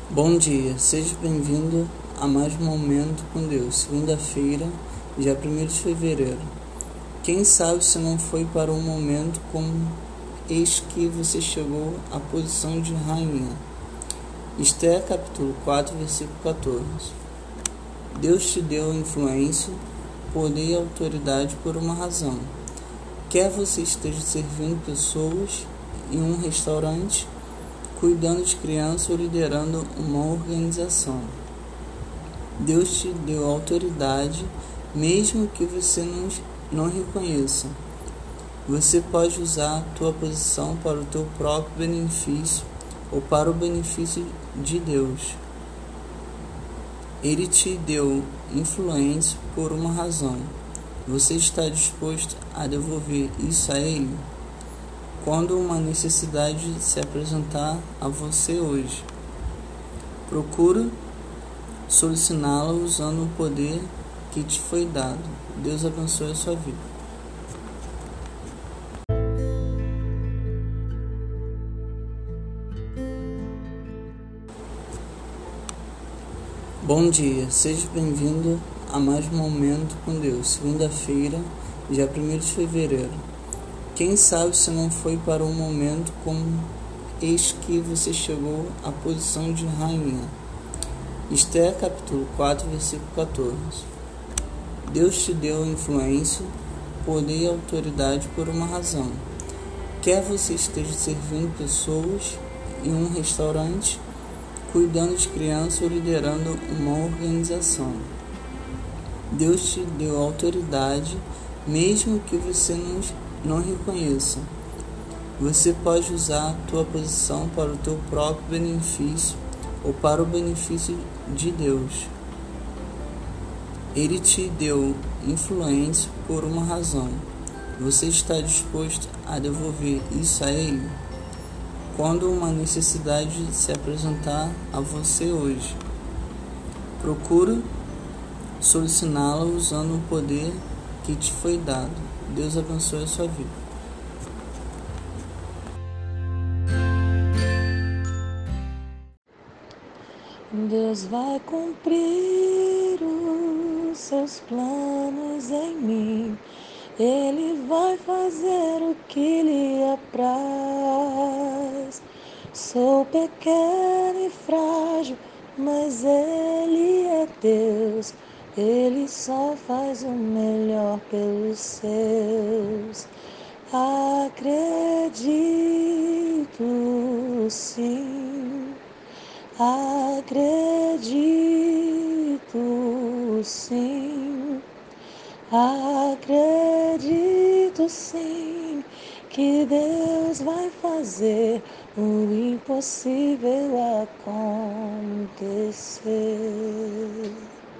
Bom dia, seja bem-vindo a mais um Momento com Deus, segunda-feira, dia 1º de fevereiro. Quem sabe se não foi para um momento como este que você chegou à posição de rainha. Esther capítulo 4, versículo 14. Deus te deu influência, poder e autoridade por uma razão. Quer você esteja servindo pessoas em um restaurante, cuidando de crianças ou liderando uma organização. Deus te deu autoridade, mesmo que você não reconheça. Você pode usar a tua posição para o teu próprio benefício ou para o benefício de Deus. Ele te deu influência por uma razão. Você está disposto a devolver isso a Ele? Quando uma necessidade se apresentar a você hoje, procura solucioná-la usando o poder que te foi dado. Deus abençoe a sua vida. Bom dia, seja bem-vindo a mais um Momento com Deus, segunda-feira, dia 1º de fevereiro. Quem sabe se não foi para um momento como este que você chegou à posição de rainha. Esther capítulo 4, versículo 14. Deus te deu influência, poder e autoridade por uma razão. Quer você esteja servindo pessoas em um restaurante, cuidando de crianças ou liderando uma organização. Deus te deu autoridade, mesmo que você não reconheça. Você pode usar a tua posição para o teu próprio benefício ou para o benefício de Deus. Ele te deu influência por uma razão. Você está disposto a devolver isso a Ele? Quando uma necessidade se apresentar a você hoje, procura solucioná-la usando o poder que te foi dado. Deus abençoe a sua vida. Deus vai cumprir os seus planos em mim. Ele vai fazer o que lhe apraz. Sou pequeno e frágil, mas Ele é Deus. Ele só faz o melhor pelos seus. Acredito sim. Acredito sim, acredito sim, que Deus vai fazer o impossível acontecer.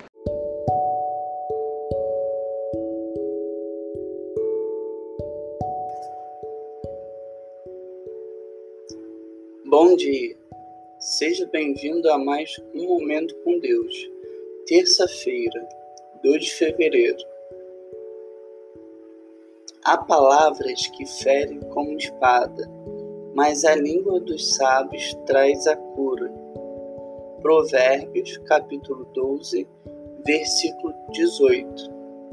Bom dia, seja bem-vindo a mais um Momento com Deus, terça-feira, 2 de fevereiro. Há palavras que ferem como espada, mas a língua dos sábios traz a cura. Provérbios, capítulo 12, versículo 18.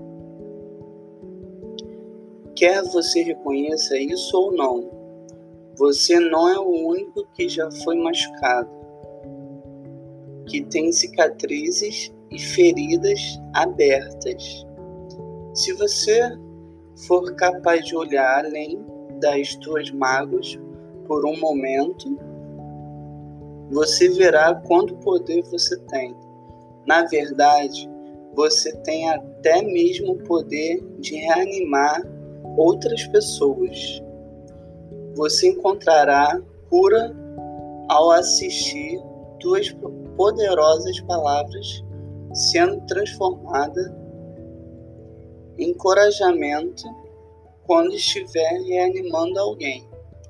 Quer você reconheça isso ou não, você não é o único que já foi machucado, que tem cicatrizes e feridas abertas. Se você for capaz de olhar além das tuas mágoas por um momento, você verá quanto poder você tem. Na verdade, você tem até mesmo o poder de reanimar outras pessoas. Você encontrará cura ao assistir tuas poderosas palavras sendo transformada em encorajamento quando estiver reanimando alguém.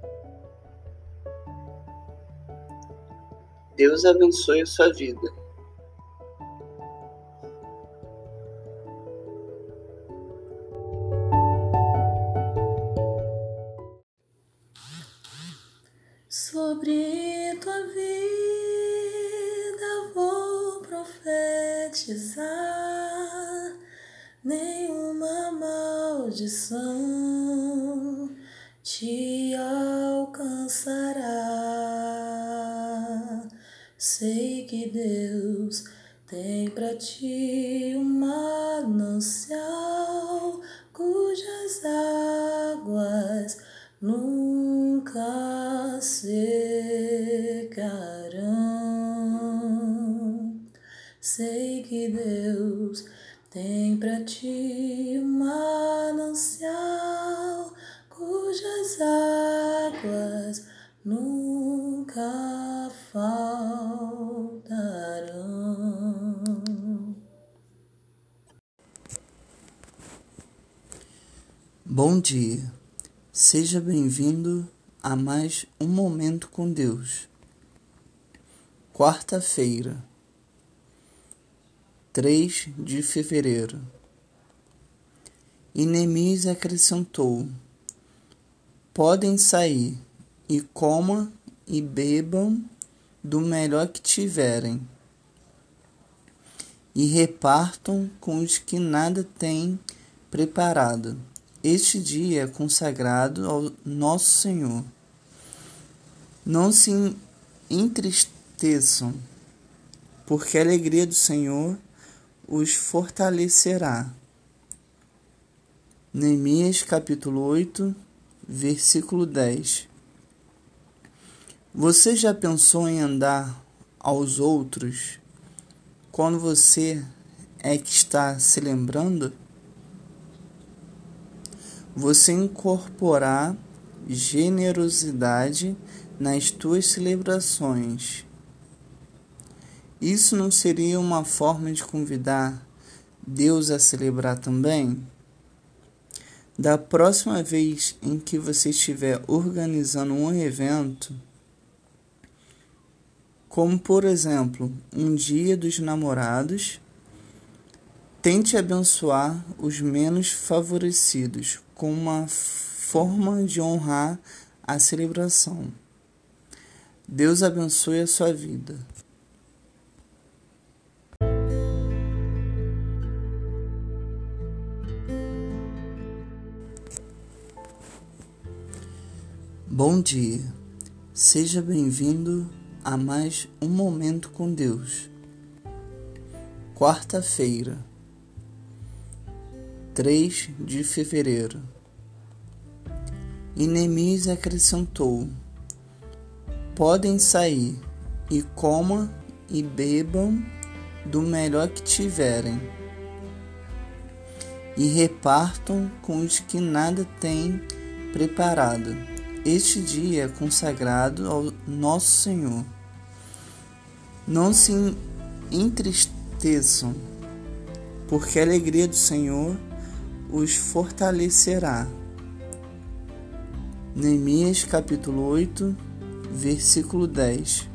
Deus abençoe a sua vida. Sobre tua vida profetizar, nenhuma maldição te alcançará. Sei que Deus tem pra ti um manancial cujas águas nunca secarão. Sei que Deus tem pra ti um manancial cujas águas nunca faltarão. Bom dia, seja bem-vindo a mais um Momento com Deus. Quarta-feira, 3 de fevereiro. E Neemias acrescentou: podem sair e comam e bebam do melhor que tiverem, e repartam com os que nada têm preparado. Este dia é consagrado ao nosso Senhor. Não se entristeçam, porque a alegria do Senhor os fortalecerá. Neemias capítulo 8, versículo 10. Você já pensou em andar aos outros quando você é que está se lembrando? Você incorporar generosidade nas tuas celebrações. Isso não seria uma forma de convidar Deus a celebrar também? Da próxima vez em que você estiver organizando um evento, como por exemplo, um dia dos namorados, tente abençoar os menos favorecidos com uma forma de honrar a celebração. Deus abençoe a sua vida. Bom dia, seja bem-vindo a mais um Momento com Deus. Quarta-feira, 3 de fevereiro. E Neemias acrescentou: podem sair e comam e bebam do melhor que tiverem, e repartam com os que nada têm preparado. Este dia é consagrado ao nosso Senhor. Não se entristeçam, porque a alegria do Senhor os fortalecerá. Neemias capítulo 8, versículo 10.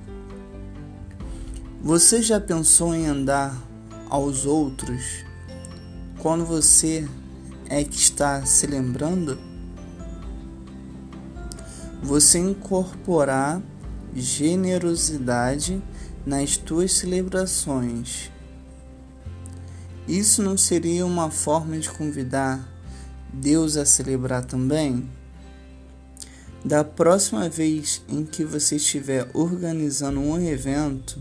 Você já pensou em andar aos outros quando você é que está se lembrando? Você incorporar generosidade nas tuas celebrações. Isso não seria uma forma de convidar Deus a celebrar também? Da próxima vez em que você estiver organizando um evento,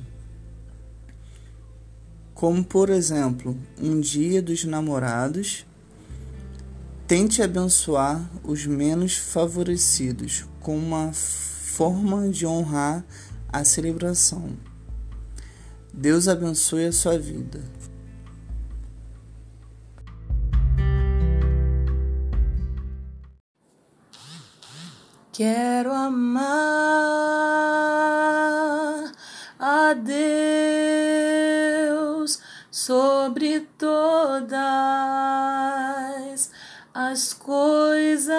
como por exemplo, um dia dos namorados, tente abençoar os menos favorecidos com uma forma de honrar a celebração. Deus abençoe a sua vida. Quero amar a Deus sobre todas as coisas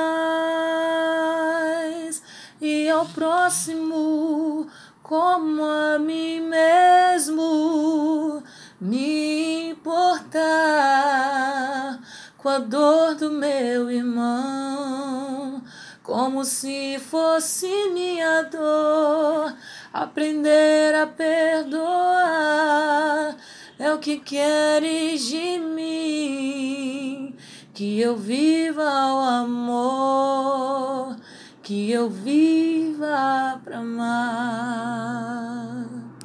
e ao próximo como a mim mesmo, me importar com a dor do meu irmão, como se fosse minha dor, aprender a perdoar, que queres de mim, que eu viva o amor, que eu viva pra amar.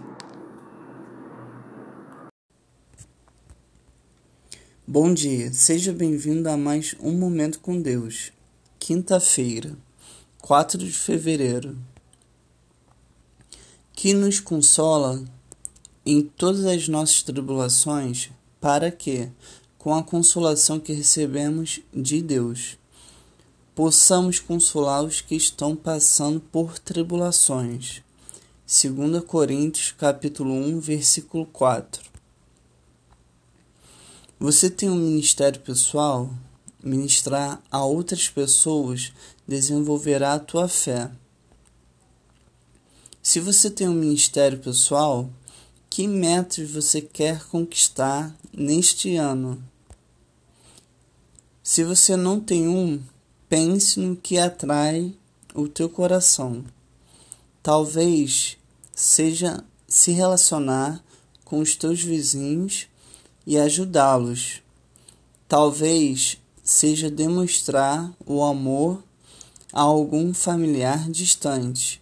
Bom dia, seja bem-vindo a mais um Momento com Deus. Quinta-feira, 4 de fevereiro. Que nos consola em todas as nossas tribulações, para que, com a consolação que recebemos de Deus, possamos consolar os que estão passando por tribulações. 2 Coríntios, capítulo 1, versículo 4. Você tem um ministério pessoal? Ministrar a outras pessoas desenvolverá a tua fé. Se você tem um ministério pessoal, que metas você quer conquistar neste ano? Se você não tem um, pense no que atrai o teu coração. Talvez seja se relacionar com os teus vizinhos e ajudá-los. Talvez seja demonstrar o amor a algum familiar distante.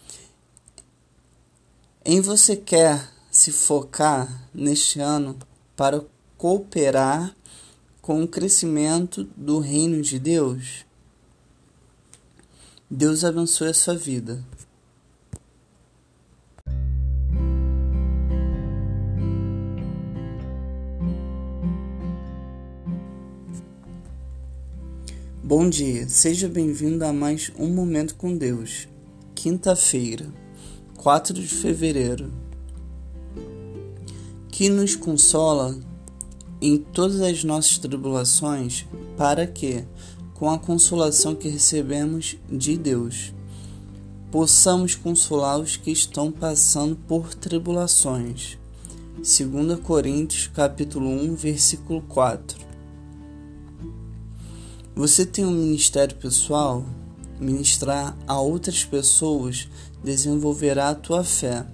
Em você quer se focar neste ano para cooperar com o crescimento do reino de Deus? Deus abençoe a sua vida. Bom dia, seja bem-vindo a mais um Momento com Deus. Quinta-feira, 4 de fevereiro. Que nos consola em todas as nossas tribulações, para que, com a consolação que recebemos de Deus, possamos consolar os que estão passando por tribulações. 2 Coríntios, capítulo 1, versículo 4. Você tem um ministério pessoal? Ministrar a outras pessoas desenvolverá a tua fé.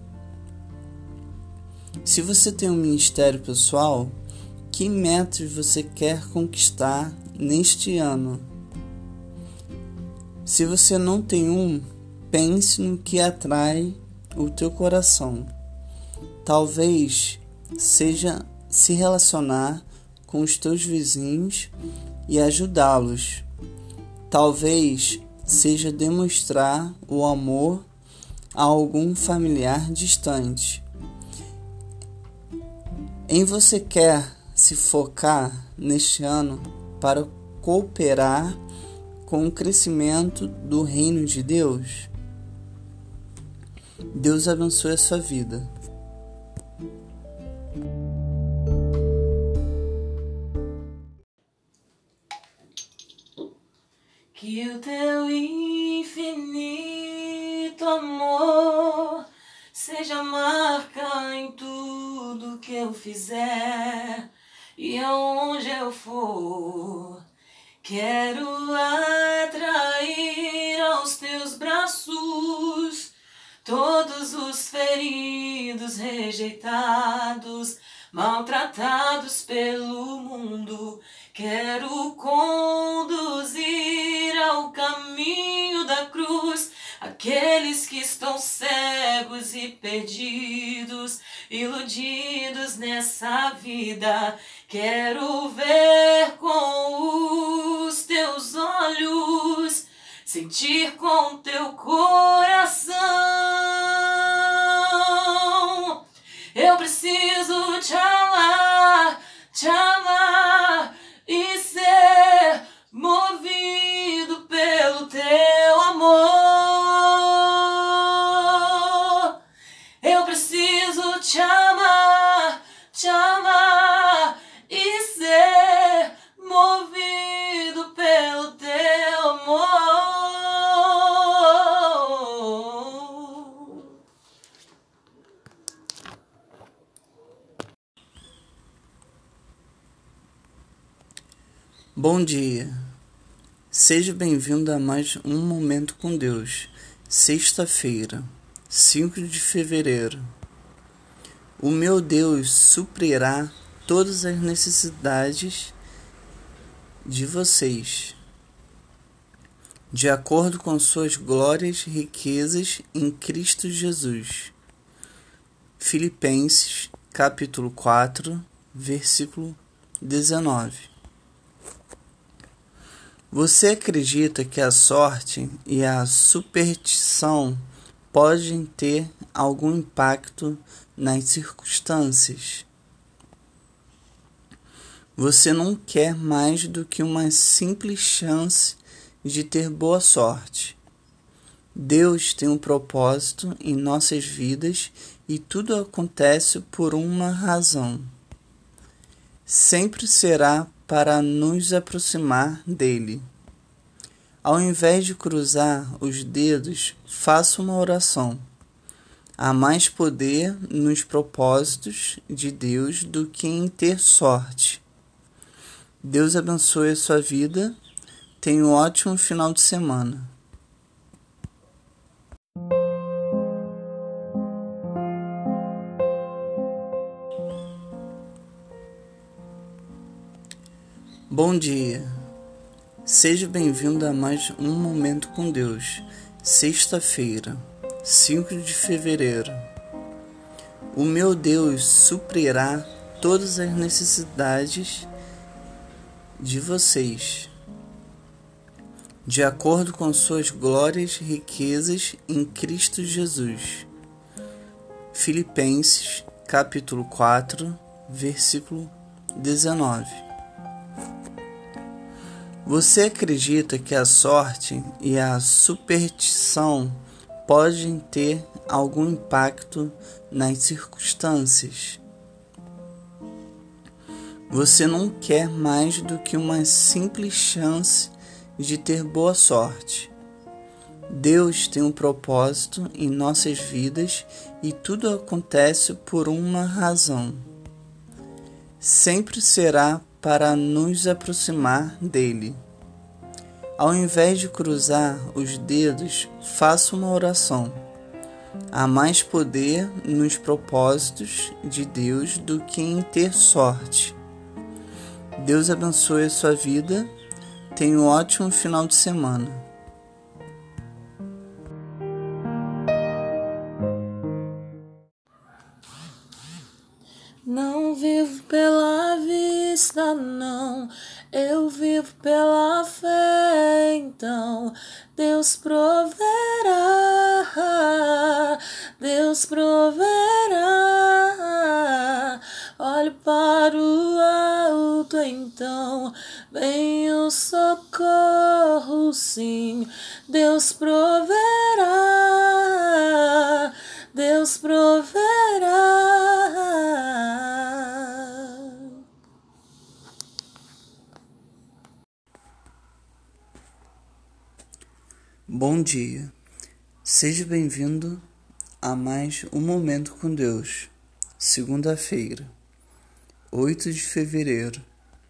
Se você tem um ministério pessoal, que metas você quer conquistar neste ano? Se você não tem um, pense no que atrai o teu coração. Talvez seja se relacionar com os teus vizinhos e ajudá-los. Talvez seja demonstrar o amor a algum familiar distante. Em você quer se focar neste ano para cooperar com o crescimento do reino de Deus? Deus abençoe a sua vida. Que o teu infinito amor seja marca em tudo que eu fizer e aonde eu for. Quero atrair aos teus braços todos os feridos, rejeitados, maltratados pelo mundo. Quero conduzir ao caminho da cruz aqueles que estão cegos e perdidos, iludidos nessa vida. Quero ver com os teus olhos, sentir com teu coração. Eu preciso te amar e ser movido pelo teu amor. Eu preciso te amar e ser movido pelo teu amor. Bom dia, seja bem-vindo a mais um Momento com Deus. Sexta-feira, 5 de fevereiro. O meu Deus suprirá todas as necessidades de vocês, de acordo com suas glórias e riquezas em Cristo Jesus. Filipenses, capítulo 4, versículo 19. Você acredita que a sorte e a superstição podem ter algum impacto nas circunstâncias? Você não quer mais do que uma simples chance de ter boa sorte. Deus tem um propósito em nossas vidas e tudo acontece por uma razão. Sempre será para nos aproximar dele. Ao invés de cruzar os dedos, faça uma oração. Há mais poder nos propósitos de Deus do que em ter sorte. Deus abençoe a sua vida. Tenha um ótimo final de semana. Bom dia. Seja bem-vindo a mais um Momento com Deus. Sexta-feira, 5 de fevereiro. O meu Deus suprirá todas as necessidades de vocês, de acordo com suas glórias e riquezas em Cristo Jesus. Filipenses, capítulo 4, versículo 19. Você acredita que a sorte e a superstição podem ter algum impacto nas circunstâncias? Você não quer mais do que uma simples chance de ter boa sorte. Deus tem um propósito em nossas vidas e tudo acontece por uma razão. Sempre será para nos aproximar dele. Ao invés de cruzar os dedos, faça uma oração. Há mais poder nos propósitos de Deus do que em ter sorte. Deus abençoe a sua vida. Tenha um ótimo final de semana. Não vivo pela vista, não, eu vivo pela fé. Então Deus proverá, Deus proverá. Olhe para o alto, então vem o socorro, sim. Deus proverá, Deus proverá. Bom dia. Seja bem-vindo a mais um Momento com Deus. Segunda-feira, 8 de fevereiro.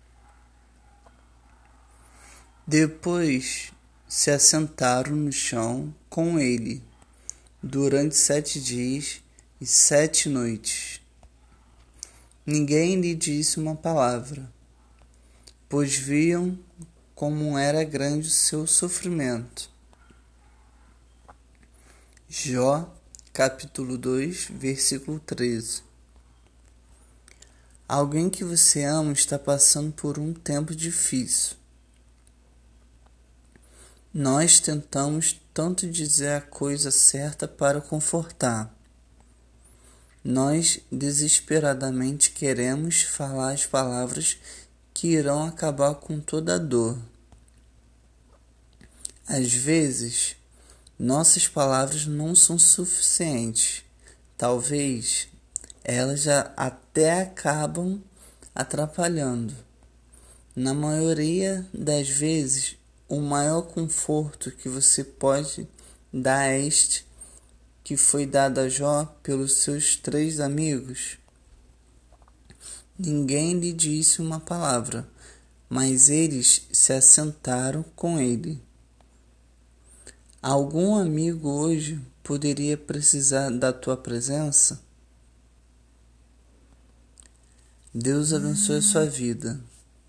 Depois se assentaram no chão com ele durante 7 dias e 7 noites. Ninguém lhe disse uma palavra, pois viam como era grande o seu sofrimento. Jó, capítulo 2, versículo 13. Alguém que você ama está passando por um tempo difícil. Nós tentamos tanto dizer a coisa certa para confortar. Nós desesperadamente queremos falar as palavras que irão acabar com toda a dor. Às vezes, nossas palavras não são suficientes. Talvez elas já até acabam atrapalhando. Na maioria das vezes, o maior conforto que você pode dar é este que foi dado a Jó pelos seus 3 amigos. Ninguém lhe disse uma palavra, mas eles se assentaram com ele. Algum amigo hoje poderia precisar da tua presença? Deus abençoe a sua vida.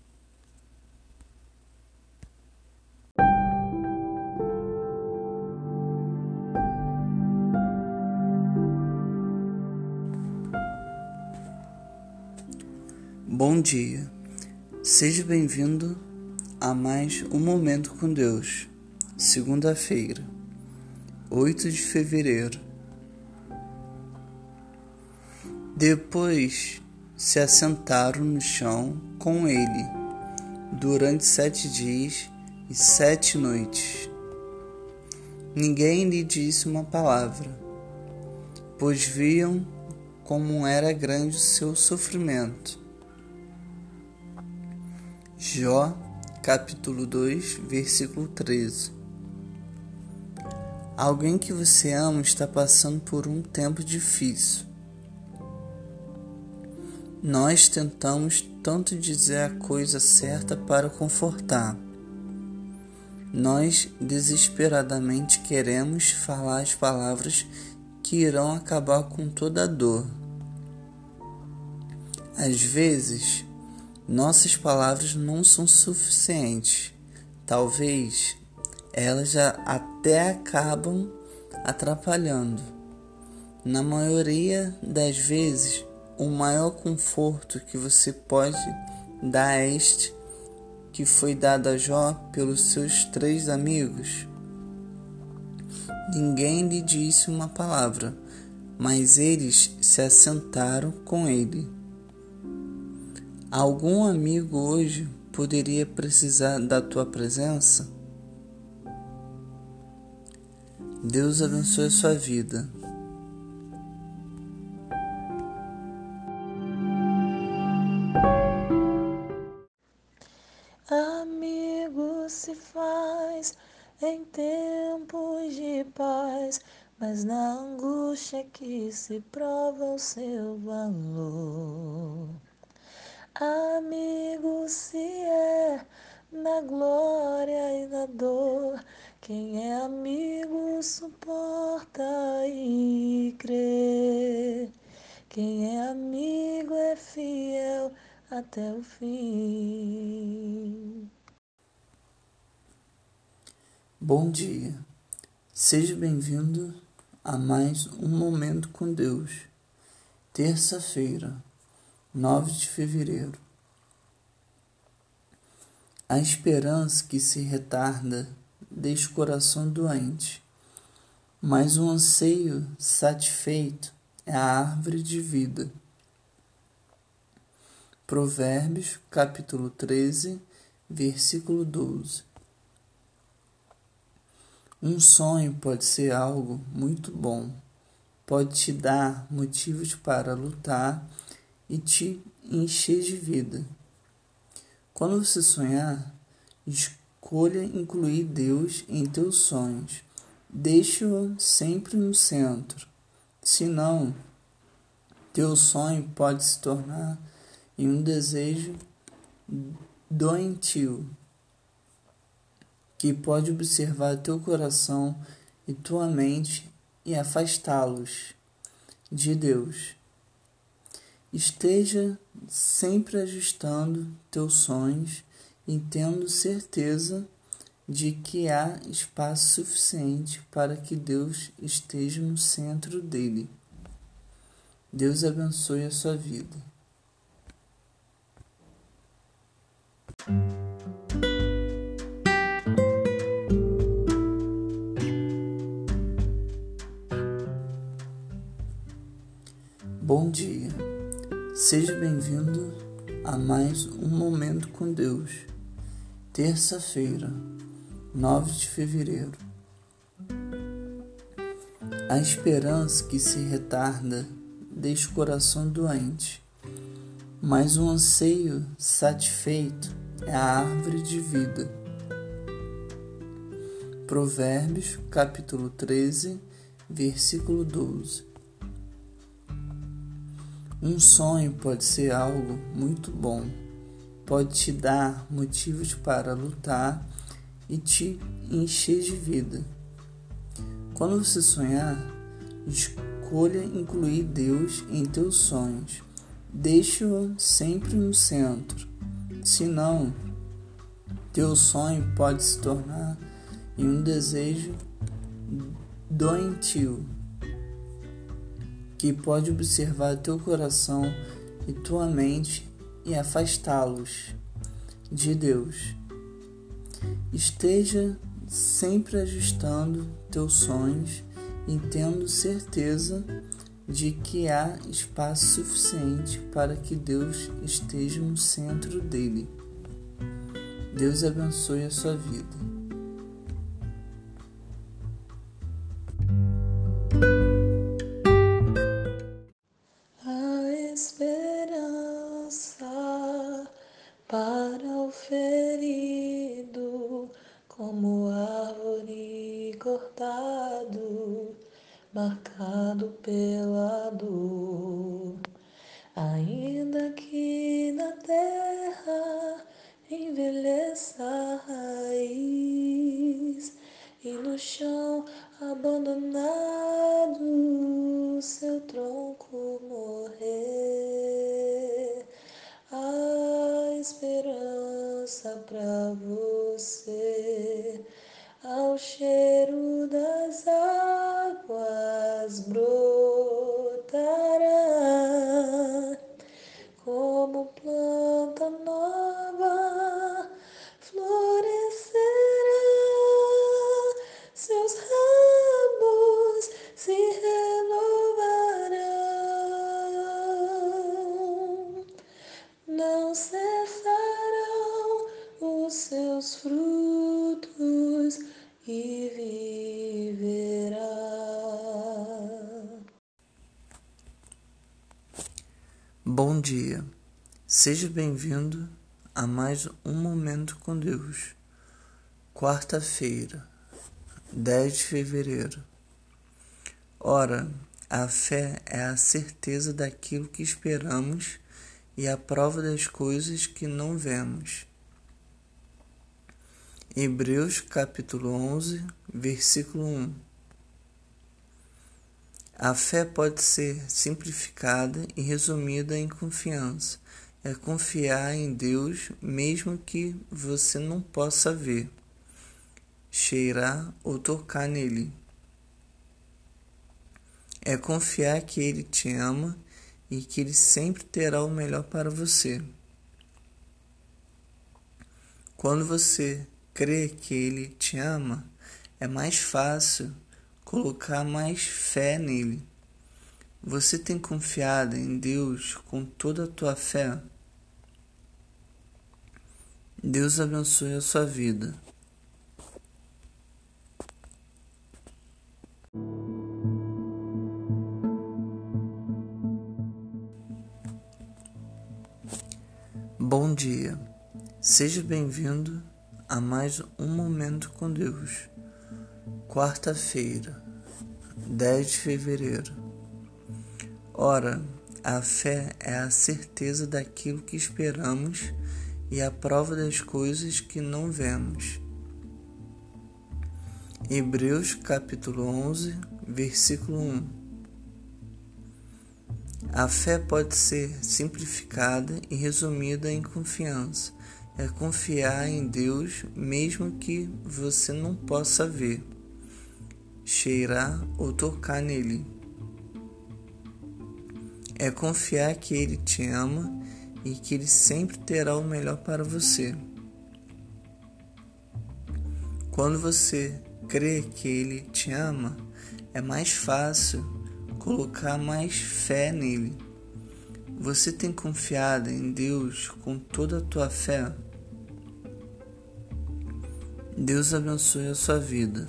Bom dia, seja bem-vindo a mais um Momento com Deus, segunda-feira, 8 de fevereiro. Depois se assentaram no chão com ele durante 7 dias e 7 noites. Ninguém lhe disse uma palavra, pois viam como era grande o seu sofrimento. Jó, capítulo 2, versículo 13. Alguém que você ama está passando por um tempo difícil. Nós tentamos tanto dizer a coisa certa para confortar. Nós desesperadamente queremos falar as palavras que irão acabar com toda a dor. Às vezes, nossas palavras não são suficientes. Talvez elas já até acabam atrapalhando. Na maioria das vezes, o maior conforto que você pode dar é este que foi dado a Jó pelos seus 3 amigos. Ninguém lhe disse uma palavra, mas eles se assentaram com ele. Algum amigo hoje poderia precisar da tua presença? Deus abençoe a sua vida. Amigo se faz em tempos de paz, mas na angústia que se prova o seu valor. Amigo se é na glória e na dor, quem é amigo suporta e crê. Quem é amigo é fiel até o fim. Bom dia, seja bem-vindo a mais um Momento com Deus, terça-feira, 9 de fevereiro. A esperança que se retarda deixa o coração doente, mas o anseio satisfeito é a árvore de vida. Provérbios, capítulo 13, versículo 12. Um sonho pode ser algo muito bom, pode te dar motivos para lutar e te encher de vida. Quando você sonhar, escolha incluir Deus em teus sonhos. Deixe-o sempre no centro. Senão, teu sonho pode se tornar em um desejo doentio, que pode observar teu coração e tua mente e afastá-los de Deus. Esteja sempre ajustando teus sonhos e tendo certeza de que há espaço suficiente para que Deus esteja no centro dele. Deus abençoe a sua vida. Bom dia, seja bem-vindo a mais um Momento com Deus, terça-feira, 9 de fevereiro. A esperança que se retarda deixa o coração doente, mas o anseio satisfeito é a árvore de vida. Provérbios, capítulo 13, versículo 12. Um sonho pode ser algo muito bom, pode te dar motivos para lutar e te encher de vida. Quando você sonhar, escolha incluir Deus em teus sonhos. Deixe-o sempre no centro, senão teu sonho pode se tornar em um desejo doentio, que pode observar teu coração e tua mente e afastá-los de Deus. Esteja sempre ajustando teus sonhos e tendo certeza de que há espaço suficiente para que Deus esteja no centro dele. Deus abençoe a sua vida. A esperança para o ferido, como árvore cortado, marcado pela dor. Ainda que na terra envelheça a raiz e no chão abandonado seu tronco morrer, a esperança pra você, ao cheiro das águas brotará como planta nova, florescerá, seus ramos se renovarão, não cessarão os seus frutos e viverá. Bom dia, seja bem-vindo a mais um Momento com Deus. Quarta-feira, 10 de fevereiro. Ora, a fé é a certeza daquilo que esperamos e a prova das coisas que não vemos. Hebreus capítulo 11, versículo 1. A fé pode ser simplificada e resumida em confiança. É confiar em Deus mesmo que você não possa ver, cheirar ou tocar nele. É confiar que Ele te ama e que Ele sempre terá o melhor para você. Quando você crê que Ele te ama, é mais fácil colocar mais fé nele. Você tem confiado em Deus com toda a tua fé? Deus abençoe a sua vida. Bom dia, seja bem-vindo a mais um Momento com Deus. Quarta-feira, 10 de fevereiro. Ora, a fé é a certeza daquilo que esperamos e a prova das coisas que não vemos. Hebreus capítulo 11, versículo 1. A fé pode ser simplificada e resumida em confiança. É confiar em Deus mesmo que você não possa ver, cheirar ou tocar nele. É confiar que Ele te ama e que Ele sempre terá o melhor para você. Quando você crê que Ele te ama, é mais fácil colocar mais fé nele. Você tem confiado em Deus com toda a tua fé? Deus abençoe a sua vida.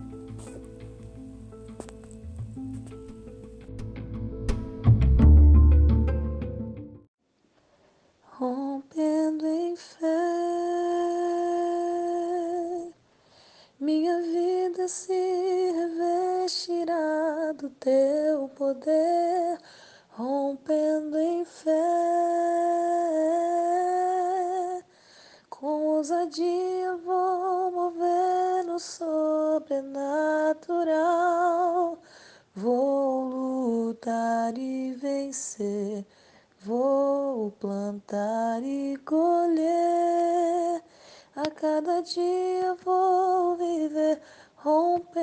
Rompendo em fé, minha vida se revestirá do teu poder. Rompendo em fé, com ousadia vou mover no sobrenatural. Vou lutar e vencer Vou plantar e colher, a cada dia vou viver, romper